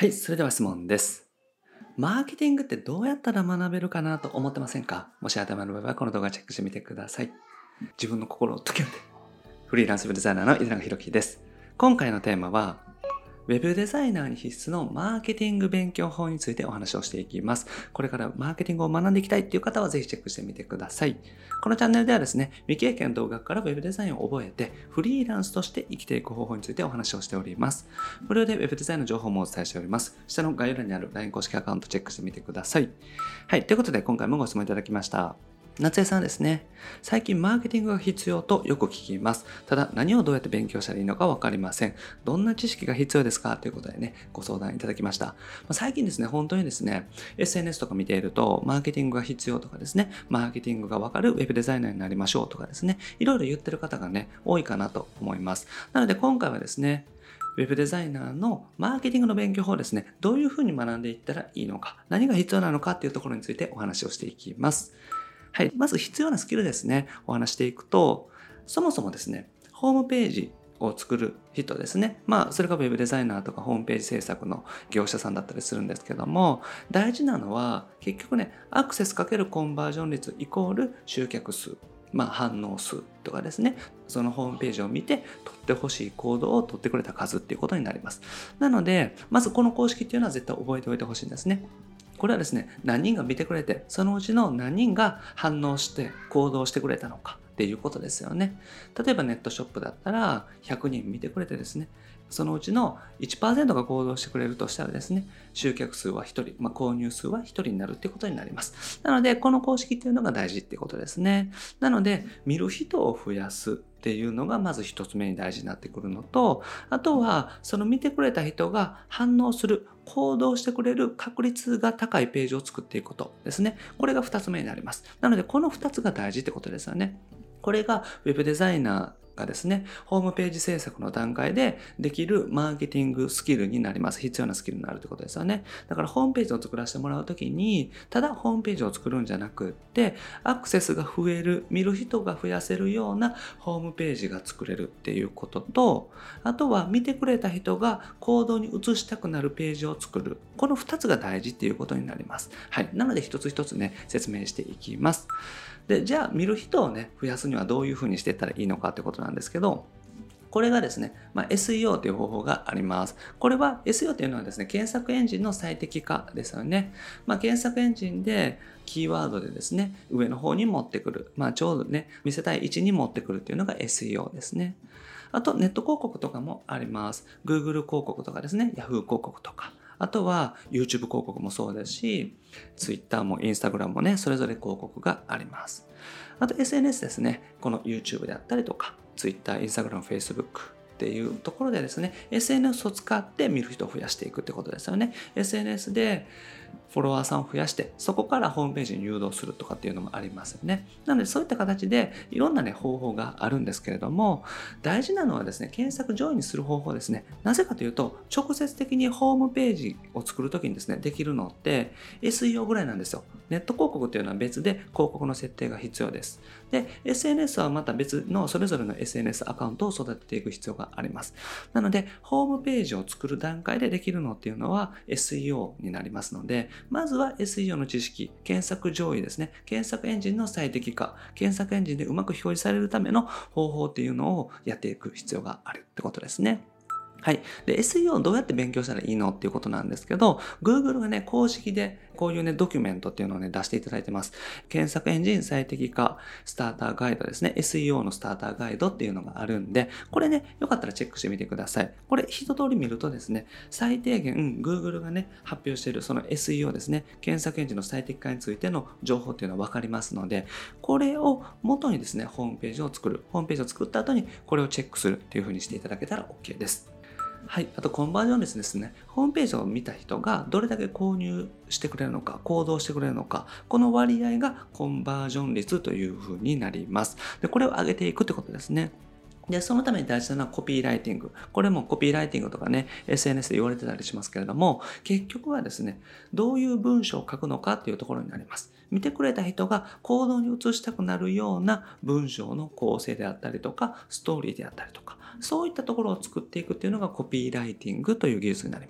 はい、それでは質問です。マーケティングってどうやったら学べるかなと思ってませんか？もし頭の場合はこの動画チェックしてみてください。自分の心を解けるフリーランスウェブデザイナーの井永弘樹です。今回のテーマは、ウェブデザイナーに必須のマーケティング勉強法についてお話をしていきます。これからマーケティングを学んでいきたいっていう方はぜひチェックしてみてください。このチャンネルではですね、未経験動画からウェブデザインを覚えてフリーランスとして生きていく方法についてお話をしております。無料でウェブデザインの情報もお伝えしております。下の概要欄にある LINE 公式アカウントチェックしてみてください。はい、ということで今回もご質問いただきました。夏江さんですね。最近マーケティングが必要とよく聞きます。ただ何をどうやって勉強したらいいのかわかりません。どんな知識が必要ですかということでね、ご相談いただきました。最近ですね、本当にですね、SNS とか見ていると、マーケティングが必要とかですね、マーケティングがわかるウェブデザイナーになりましょうとかですね、いろいろ言ってる方がね、多いかなと思います。なので今回はですね、ウェブデザイナーのマーケティングの勉強法をですね、どういうふうに学んでいったらいいのか、何が必要なのかっていうところについてお話をしていきます。はい。まず必要なスキルですね。お話していくと、そもそもですね、ホームページを作る人ですね。それがウェブデザイナーとかホームページ制作の業者さんだったりするんですけども、大事なのは、結局ね、アクセスかけるコンバージョン率イコール集客数。反応数とかですね、そのホームページを見て取ってほしい行動を取ってくれた数っていうことになります。なので、まずこの公式っていうのは絶対覚えておいてほしいんですね。これはですね、何人が見てくれて、そのうちの何人が反応して行動してくれたのかっていうことですよね。例えばネットショップだったら100人見てくれてですね、そのうちの 1% が行動してくれるとしたらですね、集客数は1人、購入数は1人になるってことになります。なので、この公式っていうのが大事ってことですね。なので、見る人を増やすっていうのがまず一つ目に大事になってくるのと、あとはその見てくれた人が反応する、行動してくれる確率が高いページを作っていくことですね。これが二つ目になります。なのでこの二つが大事ってことですよね。これがウェブデザイナーがですね、ホームページ制作の段階でできるマーケティングスキルになります。必要なスキルになるということですよね。だからホームページを作らせてもらうときに、ただホームページを作るんじゃなくって、アクセスが増える、見る人が増やせるようなホームページが作れるっていうことと、あとは見てくれた人が行動に移したくなるページを作る。この2つが大事っていうことになります。はい。なので一つ一つね、説明していきます。で、じゃあ見る人をね、増やすにはどういうふうにしていったらいいのかってことなんですけど、これがですね、SEO という方法があります。これは SEO というのはですね、検索エンジンの最適化ですよね。検索エンジンでキーワードでですね、上の方に持ってくる。ちょうどね、見せたい位置に持ってくるっていうのが SEO ですね。あとネット広告とかもあります。Google 広告とかですね、Yahoo 広告とか。あとは YouTube 広告もそうですし、Twitter も Instagram もね、それぞれ広告があります。あと SNS ですね、この YouTube であったりとか、Twitter、Instagram、Facebook っていうところでですね、SNS を使って見る人を増やしていくってことですよね。SNS でフォロワーさんを増やして、そこからホームページに誘導するとかっていうのもありますよね。なのでそういった形でいろんなね、方法があるんですけれども、大事なのはですね、検索上位にする方法ですね。なぜかというと、直接的にホームページを作るときにですね、できるのって SEO ぐらいなんですよ。ネット広告っていうのは別で広告の設定が必要です。で、SNS はまた別のそれぞれの SNS アカウントを育てていく必要があります。なので、ホームページを作る段階でできるのっていうのは SEO になりますので、まずは SEO の知識、検索上位ですね、検索エンジンの最適化、検索エンジンでうまく表示されるための方法っていうのをやっていく必要があるってことですね。はい。で、SEO をどうやって勉強したらいいのっていうことなんですけど、Google がね、公式でこういうね、ドキュメントっていうのをね、出していただいてます。検索エンジン最適化スターターガイドですね。SEO のスターターガイドっていうのがあるんで、これね、よかったらチェックしてみてください。これ一通り見るとですね、最低限、Google がね、発表しているその SEO ですね、検索エンジンの最適化についての情報っていうのはわかりますので、これを元にですね、ホームページを作る。ホームページを作った後にこれをチェックするっていう風にしていただけたら OK です。はい。あと、コンバージョン率ですね。ホームページを見た人がどれだけ購入してくれるのか、行動してくれるのか、この割合がコンバージョン率という風になります。で、これを上げていくってことですね。で、そのために大事なのはコピーライティング。これもコピーライティングとかね、SNS で言われてたりしますけれども、結局はですね、どういう文章を書くのかっていうところになります。見てくれた人が行動に移したくなるような文章の構成であったりとか、ストーリーであったりとか、そういったところを作っていくっていうのがコピーライティングという技術になります。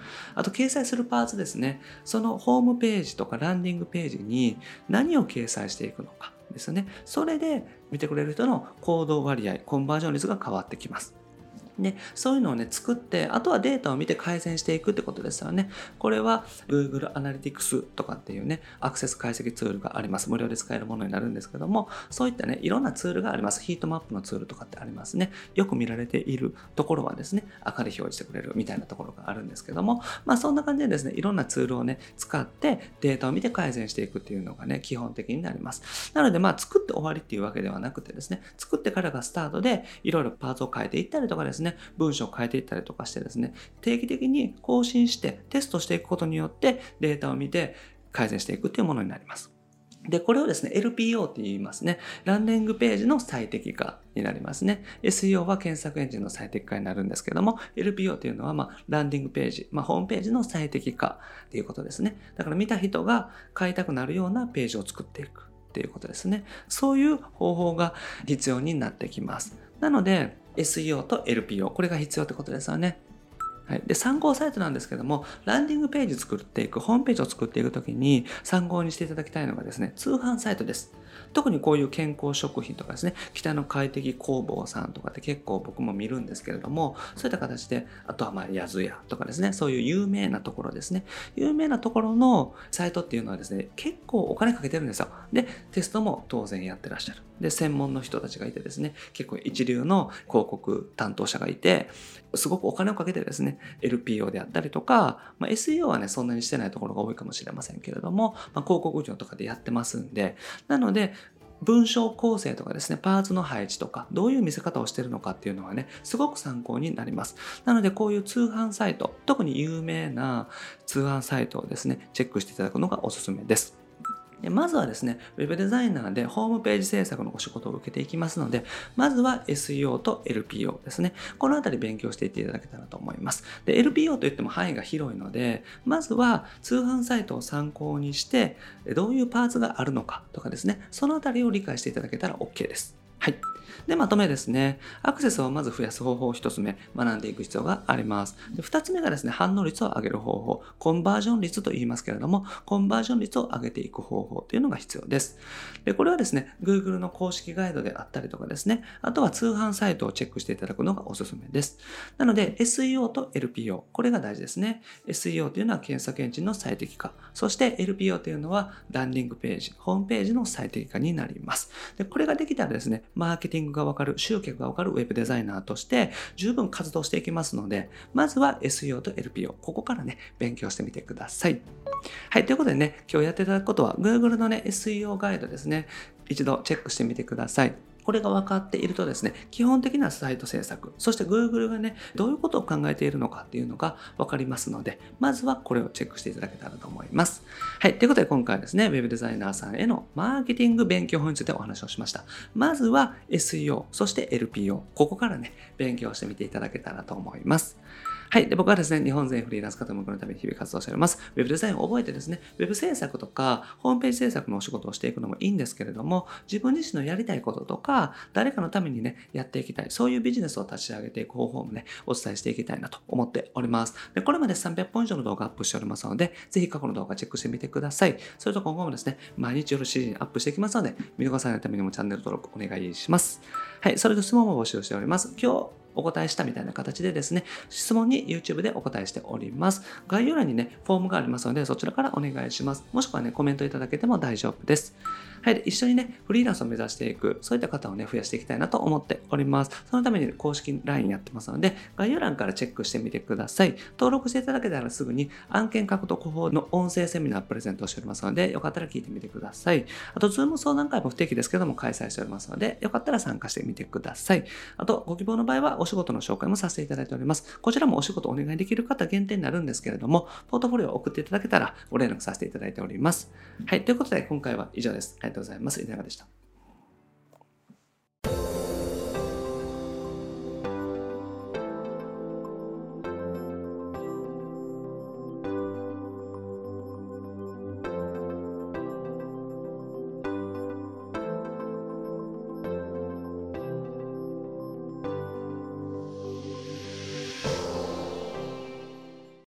あと掲載するパーツですね。そのホームページとかランディングページに何を掲載していくのかですね。それで見てくれる人の行動割合、コンバージョン率が変わってきます。で、そういうのをね、作って、あとはデータを見て改善していくってことですよね。これは Google Analytics とかっていうね、アクセス解析ツールがあります。無料で使えるものになるんですけども、そういったね、いろんなツールがあります。ヒートマップのツールとかってありますね。よく見られているところはですね、赤で表示してくれるみたいなところがあるんですけども、そんな感じでですね、いろんなツールをね、使ってデータを見て改善していくっていうのがね、基本的になります。なので、作って終わりっていうわけではなくてですね、作ってからがスタートで、いろいろパーツを変えていったりとかですね、文章を変えていったりとかしてですね、定期的に更新してテストしていくことによってデータを見て改善していくというものになります。で、これをですね、LPO って言いますね。ランディングページの最適化になりますね。SEO は検索エンジンの最適化になるんですけども、LPO というのは、ランディングページ、ホームページの最適化っていうことですね。だから見た人が買いたくなるようなページを作っていくっていうことですね。そういう方法が必要になってきます。なので、SEO と LPO、これが必要ってことですよね。はい、で参考サイトなんですけども、ランディングページ作っていく、ホームページを作っていくときに参考にしていただきたいのがですね、通販サイトです。特にこういう健康食品とかですね、北の快適工房さんとかって結構僕も見るんですけれども、そういった形で、あとはやずやとかですね、そういう有名なところですね。有名なところのサイトっていうのはですね、結構お金かけてるんですよ。で、テストも当然やってらっしゃる。で、専門の人たちがいてですね、結構一流の広告担当者がいて、すごくお金をかけてですね、LPO であったりとか、SEO はね、そんなにしてないところが多いかもしれませんけれども、広告業とかでやってますんで、なので、文章構成とかですね、パーツの配置とか、どういう見せ方をしているのかっていうのはね、すごく参考になります。なので、こういう通販サイト、特に有名な通販サイトをですね、チェックしていただくのがおすすめです。でまずはですね、ウェブデザイナーでホームページ制作のお仕事を受けていきますので、まずは SEO と LPO ですね。このあたり勉強していっていただけたらと思います。で、LPO といっても範囲が広いので、まずは通販サイトを参考にして、どういうパーツがあるのかとかですね、そのあたりを理解していただけたら OK です。はい。で、まとめですね。アクセスをまず増やす方法を1つ目、学んでいく必要があります。で2つ目がですね、反応率を上げる方法、コンバージョン率と言いますけれども、コンバージョン率を上げていく方法というのが必要です。で、これはですね、Google の公式ガイドであったりとかですね、あとは通販サイトをチェックしていただくのがおすすめです。なので、SEO と LPO、これが大事ですね。SEO というのは検索エンジンの最適化、そして LPO というのはランディングページ、ホームページの最適化になります。で、これができたらですね、マーケティングがわかる、集客がわかるウェブデザイナーとして十分活動していきますので、まずは SEO と LPO、ここからね、勉強してみてください。はい、ということでね、今日やっていただくことは Google のね、SEO ガイドですね、一度チェックしてみてください。これが分かっているとですね、基本的なサイト制作、そして Google がね、どういうことを考えているのかっていうのが分かりますので、まずはこれをチェックしていただけたらと思います。はい、ということで今回はですね、Web デザイナーさんへのマーケティング勉強法についてお話をしました。まずは SEO、そして LPO、ここからね、勉強してみていただけたらと思います。はい。で、僕はですね、日本全フリーランス方向のために日々活動しております。ウェブデザインを覚えてですね、ウェブ制作とか、ホームページ制作のお仕事をしていくのもいいんですけれども、自分自身のやりたいこととか、誰かのためにね、やっていきたい、そういうビジネスを立ち上げていく方法もね、お伝えしていきたいなと思っております。で、これまで300本以上の動画アップしておりますので、ぜひ過去の動画チェックしてみてください。それと今後もですね、毎日夜7時にアップしていきますので、見逃さないためにもチャンネル登録お願いします。はい。それと質問も募集しております。今日お答えしたみたいな形でですね、質問に YouTube でお答えしております。概要欄にね、フォームがありますので、そちらからお願いします。もしくはね、コメントいただけても大丈夫です。はい。で、一緒にね、フリーランスを目指していく、そういった方をね、増やしていきたいなと思っております。そのために公式 LINE やってますので、概要欄からチェックしてみてください。登録していただけたらすぐに案件獲得法の音声セミナープレゼントをしておりますので、よかったら聞いてみてください。あと、Zoom 相談会も不定期ですけども開催しておりますので、よかったら参加してみてください。あと、ご希望の場合はお仕事の紹介もさせていただいております。こちらもお仕事お願いできる方限定になるんですけれども、ポートフォリオを送っていただけたらご連絡させていただいております。はい。ということで、今回は以上です。ありがとうございます。いかがでした？